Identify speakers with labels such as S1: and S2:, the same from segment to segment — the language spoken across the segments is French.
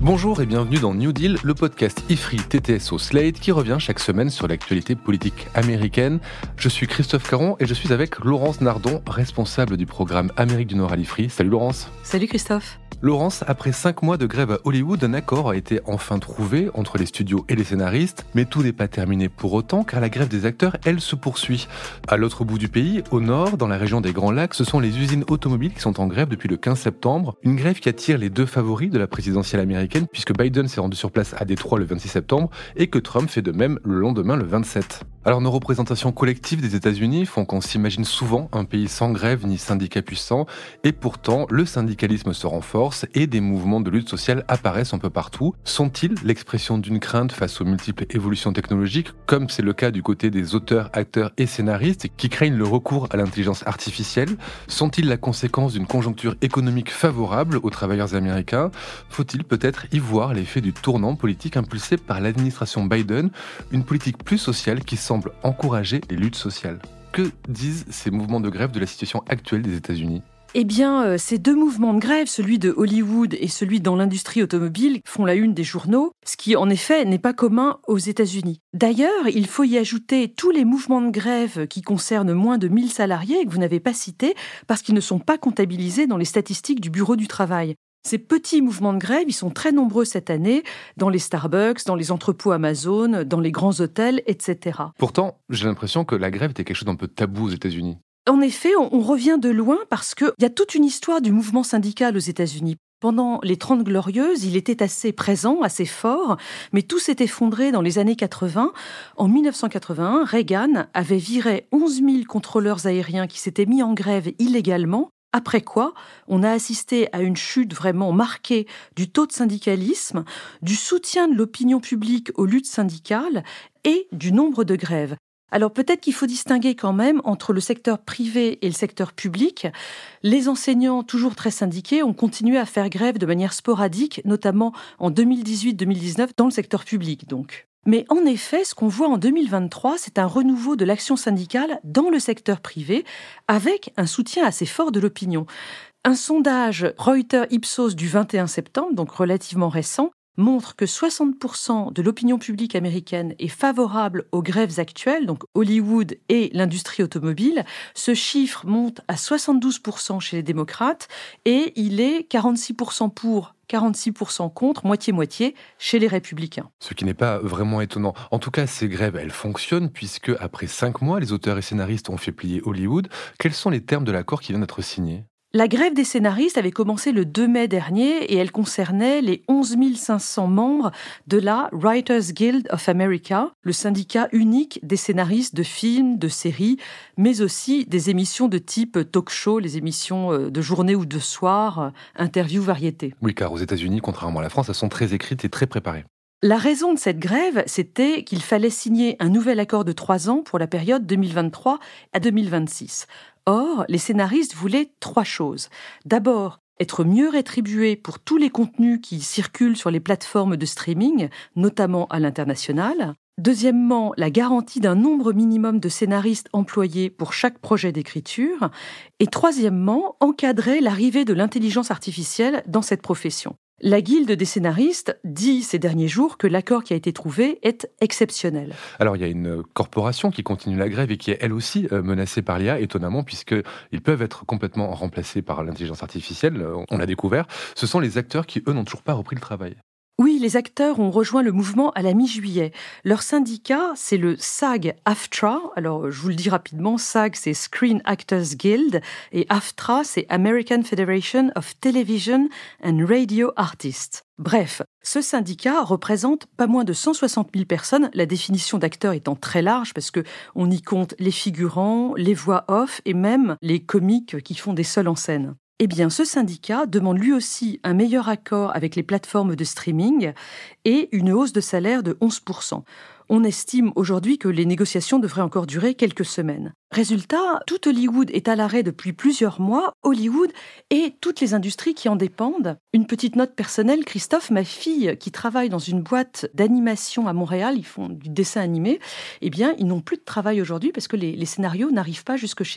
S1: Bonjour et bienvenue dans New Deal, le podcast IFRI TTSO Slate qui revient chaque semaine sur l'actualité politique américaine. Je suis Christophe Caron et je suis avec Laurence Nardon, responsable du programme Amérique du Nord à l'IFRI. Salut Laurence.
S2: Salut Christophe.
S1: Laurence, après 5 mois de grève à Hollywood, un accord a été enfin trouvé entre les studios et les scénaristes. Mais tout n'est pas terminé pour autant, car la grève des acteurs, elle, se poursuit. À l'autre bout du pays, au nord, dans la région des Grands Lacs, ce sont les usines automobiles qui sont en grève depuis le 15 septembre. Une grève qui attire les deux favoris de la présidentielle américaine, puisque Biden s'est rendu sur place à Détroit le 26 septembre et que Trump fait de même le lendemain, le 27. Alors nos représentations collectives des États-Unis font qu'on s'imagine souvent un pays sans grève ni syndicats puissants, et pourtant le syndicalisme se renforce et des mouvements de lutte sociale apparaissent un peu partout. Sont-ils l'expression d'une crainte face aux multiples évolutions technologiques, comme c'est le cas du côté des auteurs, acteurs et scénaristes qui craignent le recours à l'intelligence artificielle? Sont-ils la conséquence d'une conjoncture économique favorable aux travailleurs américains? Faut-il peut-être y voir l'effet du tournant politique impulsé par l'administration Biden, une politique plus sociale qui semble encourager les luttes sociales? Que disent ces mouvements de grève de la situation actuelle des États-Unis?
S2: Eh bien, ces deux mouvements de grève, celui de Hollywood et celui dans l'industrie automobile, font la une des journaux, ce qui, en effet, n'est pas commun aux États-Unis. D'ailleurs, il faut y ajouter tous les mouvements de grève qui concernent moins de 1000 salariés et que vous n'avez pas cités parce qu'ils ne sont pas comptabilisés dans les statistiques du Bureau du travail. Ces petits mouvements de grève, ils sont très nombreux cette année, dans les Starbucks, dans les entrepôts Amazon, dans les grands hôtels, etc.
S1: Pourtant, j'ai l'impression que la grève était quelque chose d'un peu tabou aux États-Unis.
S2: En effet, on revient de loin parce qu'il y a toute une histoire du mouvement syndical aux États-Unis. Pendant les 30 Glorieuses, il était assez présent, assez fort, mais tout s'est effondré dans les années 80. En 1981, Reagan avait viré 11 000 contrôleurs aériens qui s'étaient mis en grève illégalement. Après quoi, on a assisté à une chute vraiment marquée du taux de syndicalisme, du soutien de l'opinion publique aux luttes syndicales et du nombre de grèves. Alors peut-être qu'il faut distinguer quand même entre le secteur privé et le secteur public. Les enseignants, toujours très syndiqués, ont continué à faire grève de manière sporadique, notamment en 2018-2019 dans le secteur public donc. Mais en effet, ce qu'on voit en 2023, c'est un renouveau de l'action syndicale dans le secteur privé, avec un soutien assez fort de l'opinion. Un sondage Reuters-Ipsos du 21 septembre, donc relativement récent, montre que 60% de l'opinion publique américaine est favorable aux grèves actuelles, donc Hollywood et l'industrie automobile. Ce chiffre monte à 72% chez les démocrates et il est 46% pour, 46% contre, moitié-moitié chez les républicains.
S1: Ce qui n'est pas vraiment étonnant. En tout cas, ces grèves, elles fonctionnent puisque après 5 mois, les auteurs et scénaristes ont fait plier Hollywood. Quels sont les termes de l'accord qui vient d'être signé ?
S2: La grève des scénaristes avait commencé le 2 mai dernier et elle concernait les 11 500 membres de la Writers Guild of America, le syndicat unique des scénaristes de films, de séries, mais aussi des émissions de type talk-show, les émissions de journée ou de soir, interviews, variétés.
S1: Oui, car aux États-Unis, contrairement à la France, elles sont très écrites et très préparées.
S2: La raison de cette grève, c'était qu'il fallait signer un nouvel accord de 3 ans pour la période 2023 à 2026. Or, les scénaristes voulaient 3 choses. D'abord, être mieux rétribués pour tous les contenus qui circulent sur les plateformes de streaming, notamment à l'international. Deuxièmement, la garantie d'un nombre minimum de scénaristes employés pour chaque projet d'écriture. Et troisièmement, encadrer l'arrivée de l'intelligence artificielle dans cette profession. La Guilde des scénaristes dit ces derniers jours que l'accord qui a été trouvé est exceptionnel.
S1: Alors, il y a une corporation qui continue la grève et qui est elle aussi menacée par l'IA, étonnamment, puisqu'ils peuvent être complètement remplacés par l'intelligence artificielle, on l'a découvert. Ce sont les acteurs qui, eux, n'ont toujours pas repris le travail.
S2: Oui, les acteurs ont rejoint le mouvement à la mi-juillet. Leur syndicat, c'est le SAG-AFTRA. Alors, je vous le dis rapidement, SAG, c'est Screen Actors Guild, et AFTRA, c'est American Federation of Television and Radio Artists. Bref, ce syndicat représente pas moins de 160 000 personnes, la définition d'acteur étant très large parce que on y compte les figurants, les voix off et même les comiques qui font des seuls en scène. Eh bien, ce syndicat demande lui aussi un meilleur accord avec les plateformes de streaming et une hausse de salaire de 11%. On estime aujourd'hui que les négociations devraient encore durer quelques semaines. Résultat, tout Hollywood est à l'arrêt depuis plusieurs mois. Hollywood et toutes les industries qui en dépendent. Une petite note personnelle, Christophe, ma fille qui travaille dans une boîte d'animation à Montréal, ils font du dessin animé, eh bien, ils n'ont plus de travail aujourd'hui parce que les scénarios n'arrivent pas jusque chez eux.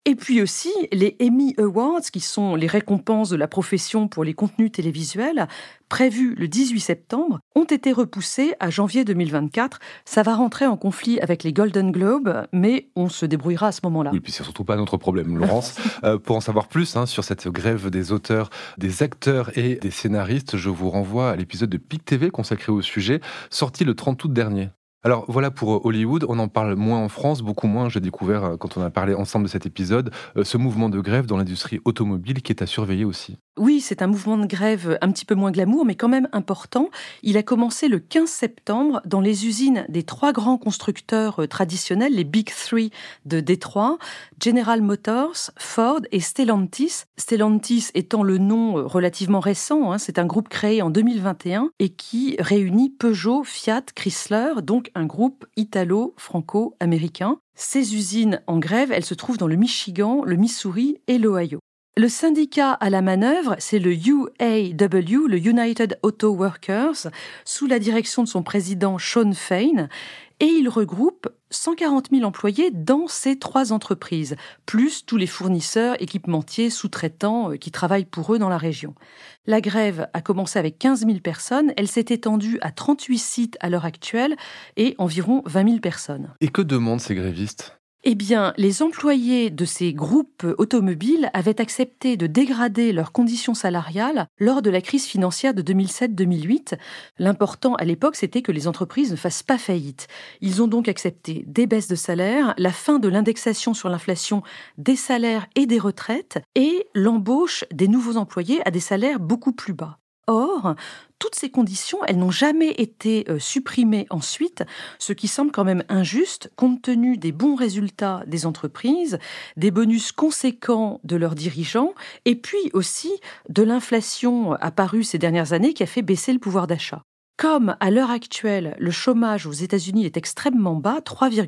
S2: Et puis aussi, les Emmy Awards, qui sont les récompenses de la profession pour les contenus télévisuels, prévus le 18 septembre, ont été repoussés à janvier 2024. Ça va rentrer en conflit avec les Golden Globes, mais on se débrouillera à ce moment-là.
S1: Oui, puis c'est surtout pas notre problème, Laurence. Pour en savoir plus sur cette grève des auteurs, des acteurs et des scénaristes, je vous renvoie à l'épisode de PIC TV consacré au sujet, sorti le 30 août dernier. Alors voilà pour Hollywood, on en parle moins en France, beaucoup moins. J'ai découvert, quand on a parlé ensemble de cet épisode, ce mouvement de grève dans l'industrie automobile qui est à surveiller aussi.
S2: Oui, c'est un mouvement de grève un petit peu moins glamour, mais quand même important. Il a commencé le 15 septembre dans les usines des 3 grands constructeurs traditionnels, les Big Three de Détroit, General Motors, Ford et Stellantis. Stellantis étant le nom relativement récent, c'est un groupe créé en 2021 et qui réunit Peugeot, Fiat, Chrysler, donc un groupe italo-franco-américain. Ces usines en grève, elles se trouvent dans le Michigan, le Missouri et l'Ohio. Le syndicat à la manœuvre, c'est le UAW, le United Auto Workers, sous la direction de son président Shawn Fain, et il regroupe 140 000 employés dans ces 3 entreprises, plus tous les fournisseurs, équipementiers, sous-traitants qui travaillent pour eux dans la région. La grève a commencé avec 15 000 personnes, elle s'est étendue à 38 sites à l'heure actuelle et environ 20 000 personnes.
S1: Et que demandent ces grévistes ?
S2: Eh bien, les employés de ces groupes automobiles avaient accepté de dégrader leurs conditions salariales lors de la crise financière de 2007-2008. L'important à l'époque, c'était que les entreprises ne fassent pas faillite. Ils ont donc accepté des baisses de salaire, la fin de l'indexation sur l'inflation des salaires et des retraites et l'embauche des nouveaux employés à des salaires beaucoup plus bas. Or, toutes ces conditions, elles n'ont jamais été supprimées ensuite, ce qui semble quand même injuste compte tenu des bons résultats des entreprises, des bonus conséquents de leurs dirigeants et puis aussi de l'inflation apparue ces dernières années qui a fait baisser le pouvoir d'achat. Comme à l'heure actuelle, le chômage aux États-Unis est extrêmement bas,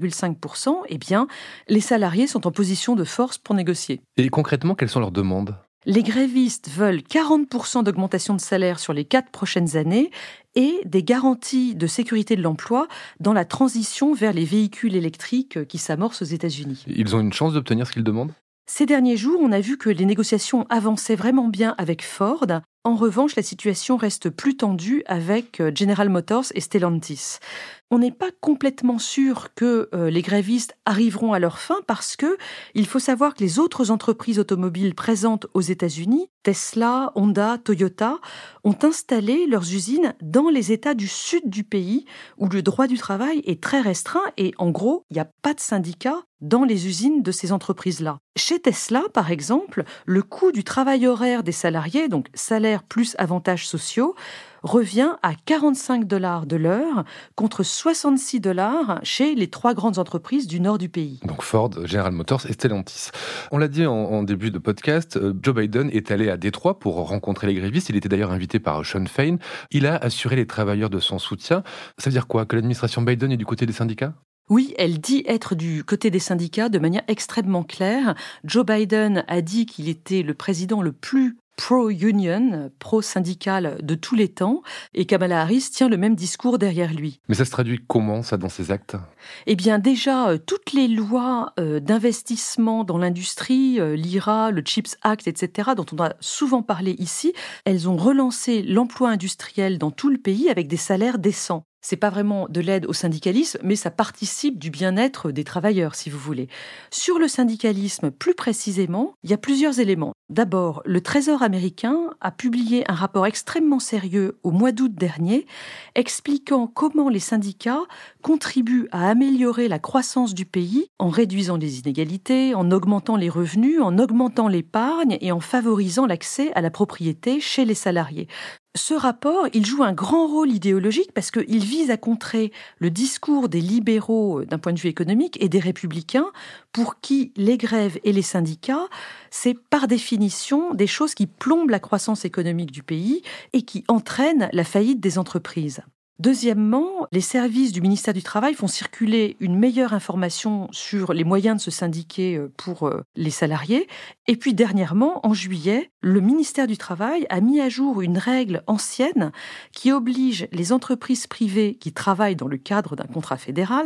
S2: 3,5%, eh bien, les salariés sont en position de force pour négocier.
S1: Et concrètement, quelles sont leurs demandes ?
S2: Les grévistes veulent 40% d'augmentation de salaire sur les 4 prochaines années et des garanties de sécurité de l'emploi dans la transition vers les véhicules électriques qui s'amorcent aux États-Unis.
S1: Ils ont une chance d'obtenir ce qu'ils demandent ?
S2: Ces derniers jours, on a vu que les négociations avançaient vraiment bien avec Ford. En revanche, la situation reste plus tendue avec General Motors et Stellantis. On n'est pas complètement sûr que les grévistes arriveront à leur fin parce que il faut savoir que les autres entreprises automobiles présentes aux États-Unis, Tesla, Honda, Toyota, ont installé leurs usines dans les États du sud du pays où le droit du travail est très restreint et en gros, il n'y a pas de syndicats dans les usines de ces entreprises-là. Chez Tesla, par exemple, le coût du travail horaire des salariés, donc salaire plus avantages sociaux, revient à 45 $ de l'heure contre 66 $ chez les 3 grandes entreprises du nord du pays.
S1: Donc Ford, General Motors et Stellantis. On l'a dit en début de podcast, Joe Biden est allé à Détroit pour rencontrer les grévistes. Il était d'ailleurs invité par Shawn Fain. Il a assuré les travailleurs de son soutien. Ça veut dire quoi ? Que l'administration Biden est du côté des syndicats ?
S2: Oui, elle dit être du côté des syndicats de manière extrêmement claire. Joe Biden a dit qu'il était le président le plus pro-union, pro-syndical de tous les temps, et Kamala Harris tient le même discours derrière lui.
S1: Mais ça se traduit comment, ça, dans ses actes ?
S2: Eh bien, déjà, toutes les lois d'investissement dans l'industrie, l'IRA, le CHIPS Act, etc., dont on a souvent parlé ici, elles ont relancé l'emploi industriel dans tout le pays avec des salaires décents. C'est pas vraiment de l'aide au syndicalisme, mais ça participe du bien-être des travailleurs, si vous voulez. Sur le syndicalisme, plus précisément, il y a plusieurs éléments. D'abord, le Trésor américain a publié un rapport extrêmement sérieux au mois d'août dernier, expliquant comment les syndicats contribuent à améliorer la croissance du pays en réduisant les inégalités, en augmentant les revenus, en augmentant l'épargne et en favorisant l'accès à la propriété chez les salariés. Ce rapport, il joue un grand rôle idéologique parce qu'il vise à contrer le discours des libéraux d'un point de vue économique et des républicains pour qui les grèves et les syndicats, c'est par définition des choses qui plombent la croissance économique du pays et qui entraînent la faillite des entreprises. Deuxièmement, les services du ministère du Travail font circuler une meilleure information sur les moyens de se syndiquer pour les salariés. Et puis dernièrement, en juillet, le ministère du Travail a mis à jour une règle ancienne qui oblige les entreprises privées qui travaillent dans le cadre d'un contrat fédéral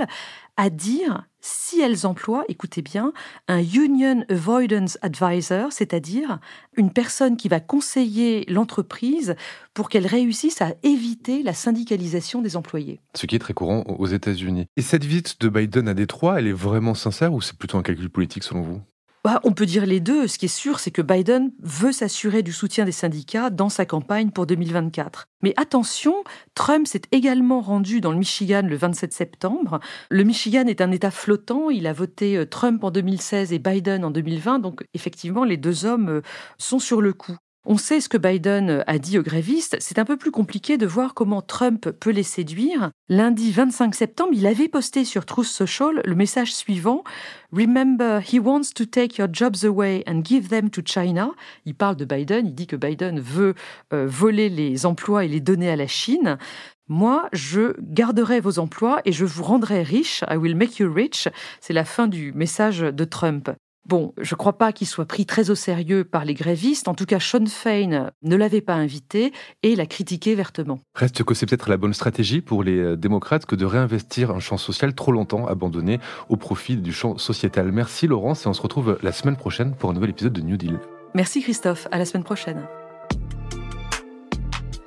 S2: à dire si elles emploient, écoutez bien, un Union Avoidance Advisor, c'est-à-dire une personne qui va conseiller l'entreprise pour qu'elle réussisse à éviter la syndicalisation des employés.
S1: Ce qui est très courant aux États-Unis. Et cette visite de Biden à Détroit, elle est vraiment sincère ou c'est plutôt un calcul politique selon vous ?
S2: On peut dire les deux. Ce qui est sûr, c'est que Biden veut s'assurer du soutien des syndicats dans sa campagne pour 2024. Mais attention, Trump s'est également rendu dans le Michigan le 27 septembre. Le Michigan est un État flottant. Il a voté Trump en 2016 et Biden en 2020. Donc effectivement, les deux hommes sont sur le coup. On sait ce que Biden a dit aux grévistes. C'est un peu plus compliqué de voir comment Trump peut les séduire. Lundi 25 septembre, il avait posté sur Truth Social le message suivant. Remember, he wants to take your jobs away and give them to China. Il parle de Biden. Il dit que Biden veut voler les emplois et les donner à la Chine. Moi, je garderai vos emplois et je vous rendrai riche. I will make you rich. C'est la fin du message de Trump. Bon, je ne crois pas qu'il soit pris très au sérieux par les grévistes. En tout cas, Sean Fein ne l'avait pas invité et l'a critiqué vertement.
S1: Reste que c'est peut-être la bonne stratégie pour les démocrates que de réinvestir un champ social trop longtemps abandonné au profit du champ sociétal. Merci Laurence et on se retrouve la semaine prochaine pour un nouvel épisode de New Deal.
S2: Merci Christophe, à la semaine prochaine.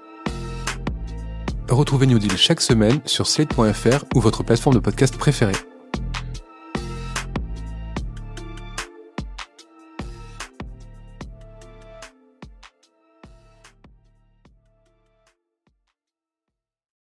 S1: Retrouvez New Deal chaque semaine sur slate.fr ou votre plateforme de podcast préférée.